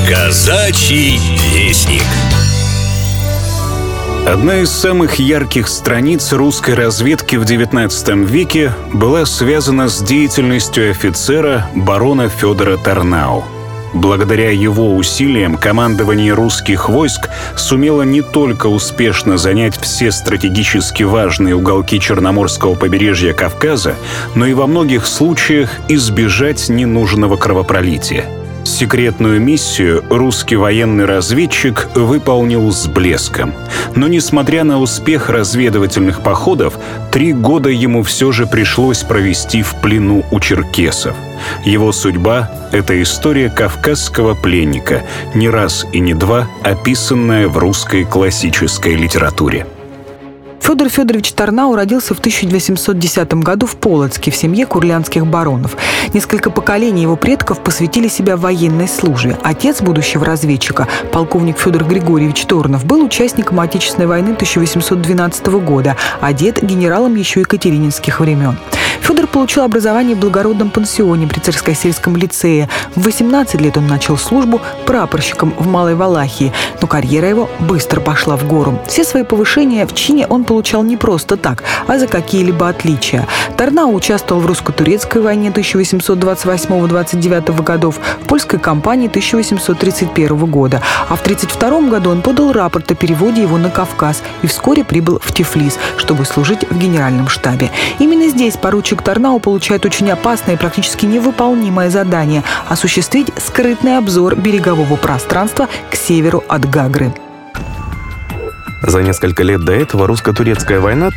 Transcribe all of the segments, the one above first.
Казачий вестник. Одна из самых ярких страниц русской разведки в XIX веке была связана с деятельностью офицера барона Федора Тарнау. Благодаря его усилиям командование русских войск сумело не только успешно занять все стратегически важные уголки Черноморского побережья Кавказа, но и во многих случаях избежать ненужного кровопролития. Секретную миссию русский военный разведчик выполнил с блеском. Но, несмотря на успех разведывательных походов, 3 года ему все же пришлось провести в плену у черкесов. Его судьба — это история кавказского пленника, не раз и не два описанная в русской классической литературе. Федор Федорович Тарнау родился в 1810 году в Полоцке в семье курлянских баронов. Несколько поколений его предков посвятили себя военной службе. Отец будущего разведчика, полковник Федор Григорьевич Торнов, был участником Отечественной войны 1812 года, а дед — генералом еще екатерининских времен. Федор получил образование в благородном пансионе при Царскосельском лицее. В 18 лет он начал службу прапорщиком в Малой Валахии, но карьера его быстро пошла в гору. Все свои повышения в чине он получал не просто так, а за какие-либо отличия. Тарнау участвовал в русско-турецкой войне 1828-29 годов, в польской кампании 1831 года, а в 1932 году он подал рапорт о переводе его на Кавказ и вскоре прибыл в Тифлис, чтобы служить в генеральном штабе. Именно здесь поручик Тарнау получает очень опасное и практически невыполнимое задание – осуществить скрытный обзор берегового пространства к северу от Гагры. За несколько лет до этого русско-турецкая война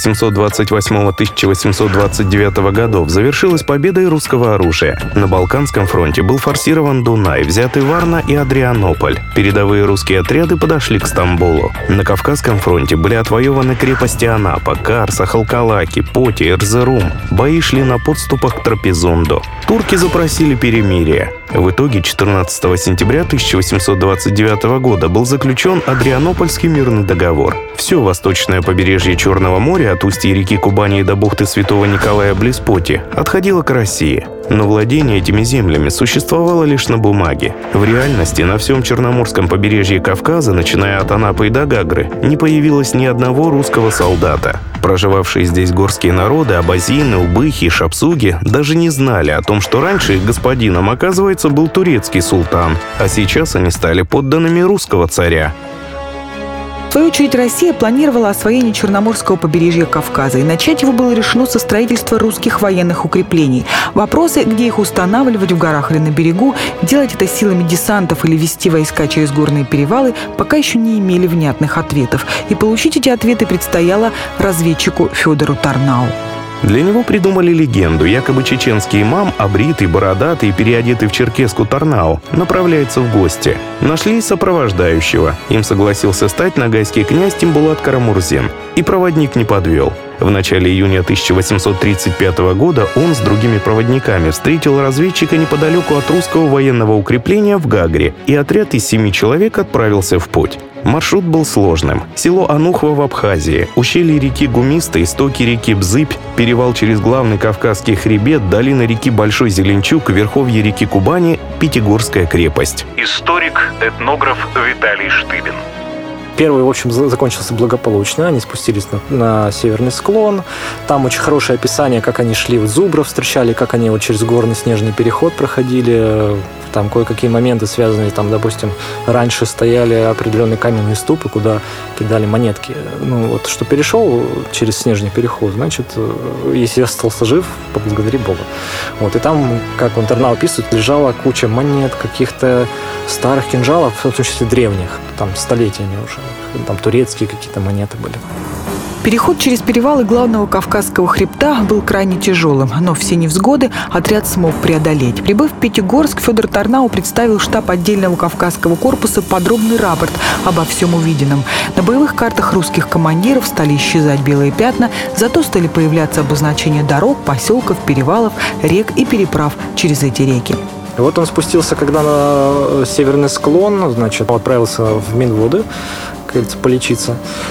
1828-1829 годов завершилась победой русского оружия. На Балканском фронте был форсирован Дунай, взяты Варна и Адрианополь. Передовые русские отряды подошли к Стамбулу. На Кавказском фронте были отвоеваны крепости Анапа, Карса, Халкалаки, Поти, Эрзерум. Бои шли на подступах к Трапезунду. Турки запросили перемирие. В итоге 14 сентября 1829 года был заключен Адрианопольский мирный договор. Все восточное побережье Черного моря от устья реки Кубани до бухты Святого Николая близ Поти отходило к России. Но владение этими землями существовало лишь на бумаге. В реальности на всем Черноморском побережье Кавказа, начиная от Анапы и до Гагры, не появилось ни одного русского солдата. Проживавшие здесь горские народы, абазины, убыхи и шапсуги даже не знали о том, что раньше их господином, оказывается, был турецкий султан, а сейчас они стали подданными русского царя. В свою очередь, Россия планировала освоение Черноморского побережья Кавказа, и начать его было решено со строительства русских военных укреплений. Вопросы, где их устанавливать, в горах или на берегу, делать это силами десантов или вести войска через горные перевалы, пока еще не имели внятных ответов. И получить эти ответы предстояло разведчику Федору Тарнау. Для него придумали легенду. Якобы чеченский имам, обритый, бородатый и переодетый в черкеску Тарнау, направляется в гости. Нашли сопровождающего. Им согласился стать ногайский князь Тимбулат Карамурзин. И проводник не подвел. В начале июня 1835 года он с другими проводниками встретил разведчика неподалеку от русского военного укрепления в Гагре, и отряд из 7 человек отправился в путь. Маршрут был сложным. Село Анухва в Абхазии, ущелье реки Гумиста, истоки реки Бзыбь, перевал через главный Кавказский хребет, долина реки Большой Зеленчук, верховье реки Кубани, Пятигорская крепость. Историк, этнограф Виталий Штыбин. Первый, в общем, закончился благополучно. Они спустились на северный склон. Там очень хорошее описание, как они шли в Зубров, встречали, как они вот через горный снежный переход проходили. Там кое-какие моменты связанные, там, допустим, раньше стояли определенные каменные ступы, куда кидали монетки. Ну, вот, что перешел через снежный переход, значит, если остался жив, поблагодари Бога. Вот, и там, как он Тарнау описывает, лежала куча монет, каких-то старых кинжалов, в том числе древних, там, столетиями уже. Там турецкие какие-то монеты были. Переход через перевалы главного Кавказского хребта был крайне тяжелым, но все невзгоды отряд смог преодолеть. Прибыв в Пятигорск, Федор Тарнау представил штаб отдельного Кавказского корпуса подробный рапорт обо всем увиденном. На боевых картах русских командиров стали исчезать белые пятна, зато стали появляться обозначения дорог, поселков, перевалов, рек и переправ через эти реки. Вот он спустился, когда на северный склон, значит, отправился в Минводы, как говорится, полечиться.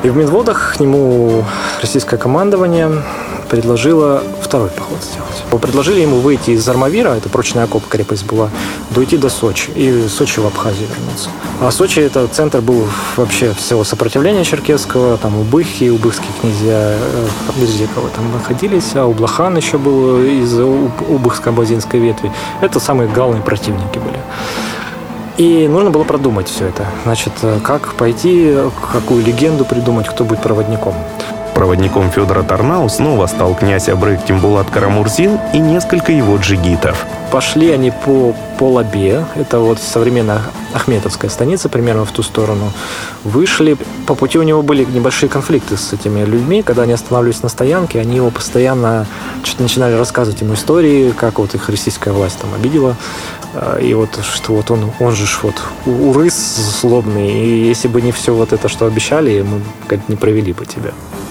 И в Медводах к нему российское командование предложило второй поход сделать. Предложили ему выйти из Армавира, это прочная окоп крепость была, дойти до Сочи, и Сочи в Абхазию вернуться. А Сочи это центр был вообще всего сопротивления черкесского, там убыхи, убыхские князья Бердиковы там находились, а Ублахан еще был из убыхско-абазинской ветви. Это самые главные противники были. И нужно было продумать все это. Значит, как пойти, какую легенду придумать, кто будет проводником. Проводником Федора Тарнау снова стал князь Абрек Тимбулат Карамурзин и несколько его джигитов. Пошли они по Лабе, это вот современная Ахметовская станица, примерно в ту сторону. Вышли, по пути у него были небольшие конфликты с этими людьми, когда они останавливались на стоянке, они его постоянно что-то начинали рассказывать ему истории, как вот их российская власть там обидела. И вот что вот он же вот урыс злобный, и если бы не все вот это, что обещали, мы не провели бы тебя.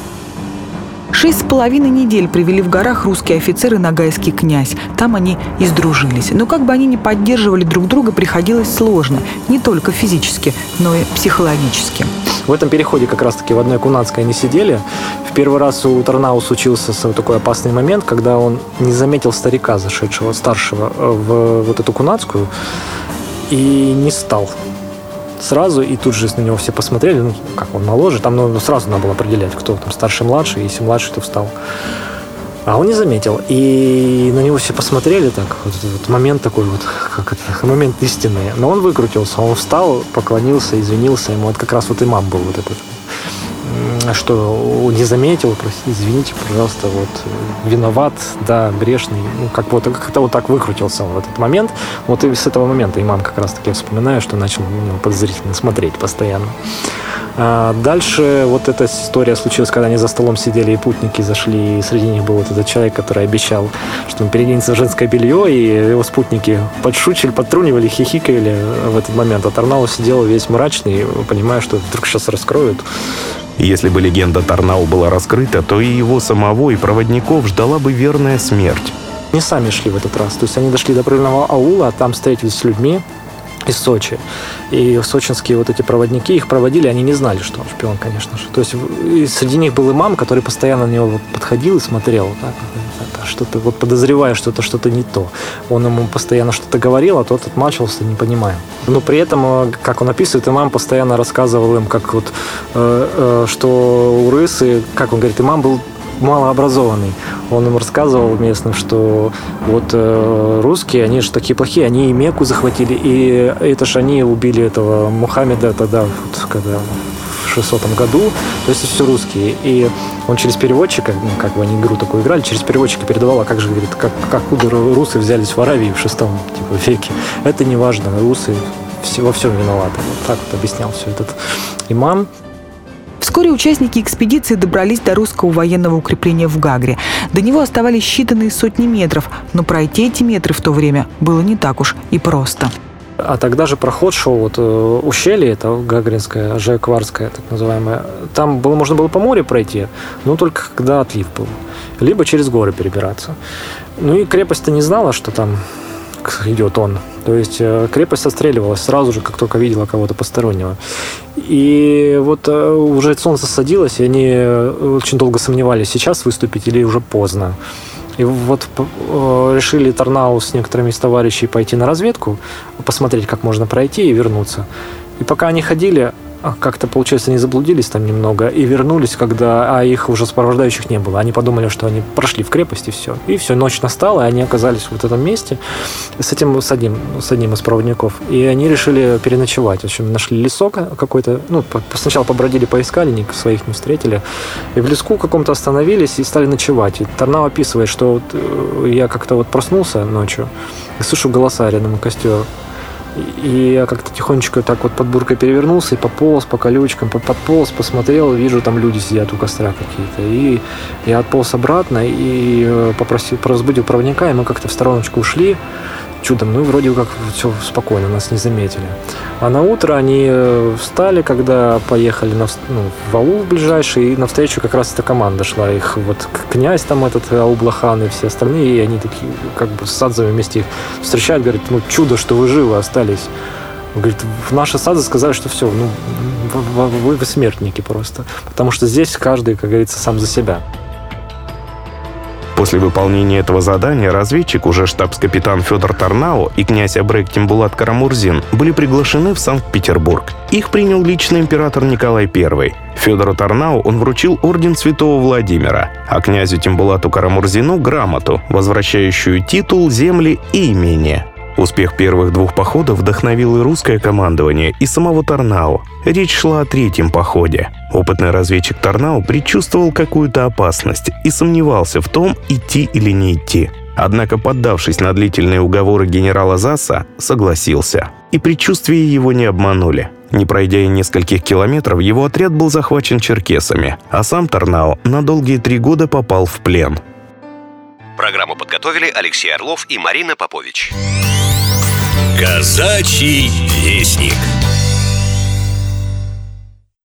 6,5 недель провели в горах русский офицер и ногайский князь. Там они и сдружились. Но как бы они ни поддерживали друг друга, приходилось сложно. Не только физически, но и психологически. В этом переходе как раз-таки в одной Кунацкой они сидели. В первый раз у Тарнау случился такой опасный момент, когда он не заметил старика, зашедшего, старшего, в вот эту Кунацкую, и не стал сразу, и тут же на него все посмотрели, как он моложе, там сразу надо было определять, кто там старший, младший, если младший, то встал. А он не заметил, и на него все посмотрели так, вот момент такой вот, как это, момент истинный. Но он выкрутился, он встал, поклонился, извинился, ему вот как раз вот имам был вот этот, что не заметил, извините, пожалуйста, вот виноват, да, грешный, как-то вот так выкрутился он в этот момент. Вот и с этого момента имам как раз-таки, я вспоминаю, что начал подозрительно смотреть постоянно. А дальше вот эта история случилась, когда они за столом сидели, и путники зашли, и среди них был вот этот человек, который обещал, что он переоденется в женское белье, и его спутники подшучивали, подтрунивали, хихикали в этот момент. А Тарнау сидел весь мрачный, понимая, что вдруг сейчас раскроют. Если бы легенда Тарнау была раскрыта, то и его самого, и проводников ждала бы верная смерть. Они сами шли в этот раз. То есть они дошли до определенного аула, а там встретились с людьми из Сочи. И сочинские вот эти проводники их проводили, они не знали, что он шпион, конечно же. То есть среди них был имам, который постоянно на него подходил и смотрел, так, что-то вот подозревая, что это что-то не то. Он ему постоянно что-то говорил, а тот отмачивался, не понимая. Но при этом, как он описывает, имам постоянно рассказывал им, как вот, что урысы, как он говорит, имам был малообразованный. Он им рассказывал местным, что вот русские, они же такие плохие, они и Мекку захватили, и это же они убили этого Мухаммеда тогда, вот, когда в 600 году, то есть все русские. И он через переводчика, как бы они игру такую играли, через переводчика передавал, а как же, говорит, откуда русы взялись в Аравии в 6 веке. Это не важно, русы во всем виноваты. Вот так вот объяснял все этот имам. Вскоре участники экспедиции добрались до русского военного укрепления в Гагре. До него оставались считанные сотни метров, но пройти эти метры в то время было не так уж и просто. А тогда же проход шел, вот ущелье, это Гагринское, Жаекварское, так называемое. Там можно было по морю пройти, но только когда отлив был. Либо через горы перебираться. Ну и крепость-то не знала, что там идет он. То есть крепость отстреливалась сразу же, как только видела кого-то постороннего. И вот уже солнце садилось, и они очень долго сомневались, сейчас выступить или уже поздно. И вот решили Тарнау с некоторыми из товарищей пойти на разведку, посмотреть, как можно пройти и вернуться. И пока они ходили, как-то, получается, они заблудились там немного и вернулись, когда их уже сопровождающих не было. Они подумали, что они прошли в крепость, и все. И все, ночь настала, и они оказались в этом месте с одним из проводников. И они решили переночевать. В общем, нашли лесок какой-то. Сначала побродили, поискали, своих не встретили. И в леску каком-то остановились и стали ночевать. И Тарнау описывает, что вот я как-то вот проснулся ночью и слышу голоса рядом костер. И я как-то тихонечко так вот под буркой перевернулся и пополз по колючкам, подполз, посмотрел, вижу, там люди сидят у костра какие-то. И я отполз обратно и разбудил проводника, и мы как-то в стороночку ушли. Чудом, вроде как все спокойно, нас не заметили. А на утро они встали, когда поехали в аул ближайший, и навстречу как раз эта команда шла. Их вот князь там этот, Аублахан и все остальные, и они такие как бы с садзами вместе их встречают, говорят, чудо, что вы живы остались. Он говорит, в наши сады сказали, что все, вы смертники просто. Потому что здесь каждый, как говорится, сам за себя. После выполнения этого задания разведчик, уже штабс-капитан Федор Тарнау и князь Абрек Тембулат Карамурзин были приглашены в Санкт-Петербург. Их принял лично император Николай I. Федору Тарнау он вручил орден Святого Владимира, а князю Тембулату Карамурзину — грамоту, возвращающую титул, земли и имение. Успех первых двух походов вдохновил и русское командование, и самого Тарнау. Речь шла о третьем походе. Опытный разведчик Тарнау предчувствовал какую-то опасность и сомневался в том, идти или не идти. Однако, поддавшись на длительные уговоры генерала Засса, согласился. И предчувствия его не обманули. Не пройдя и нескольких километров, его отряд был захвачен черкесами, а сам Тарнау на долгие 3 года попал в плен. Программу подготовили Алексей Орлов и Марина Попович. Казачий вестник.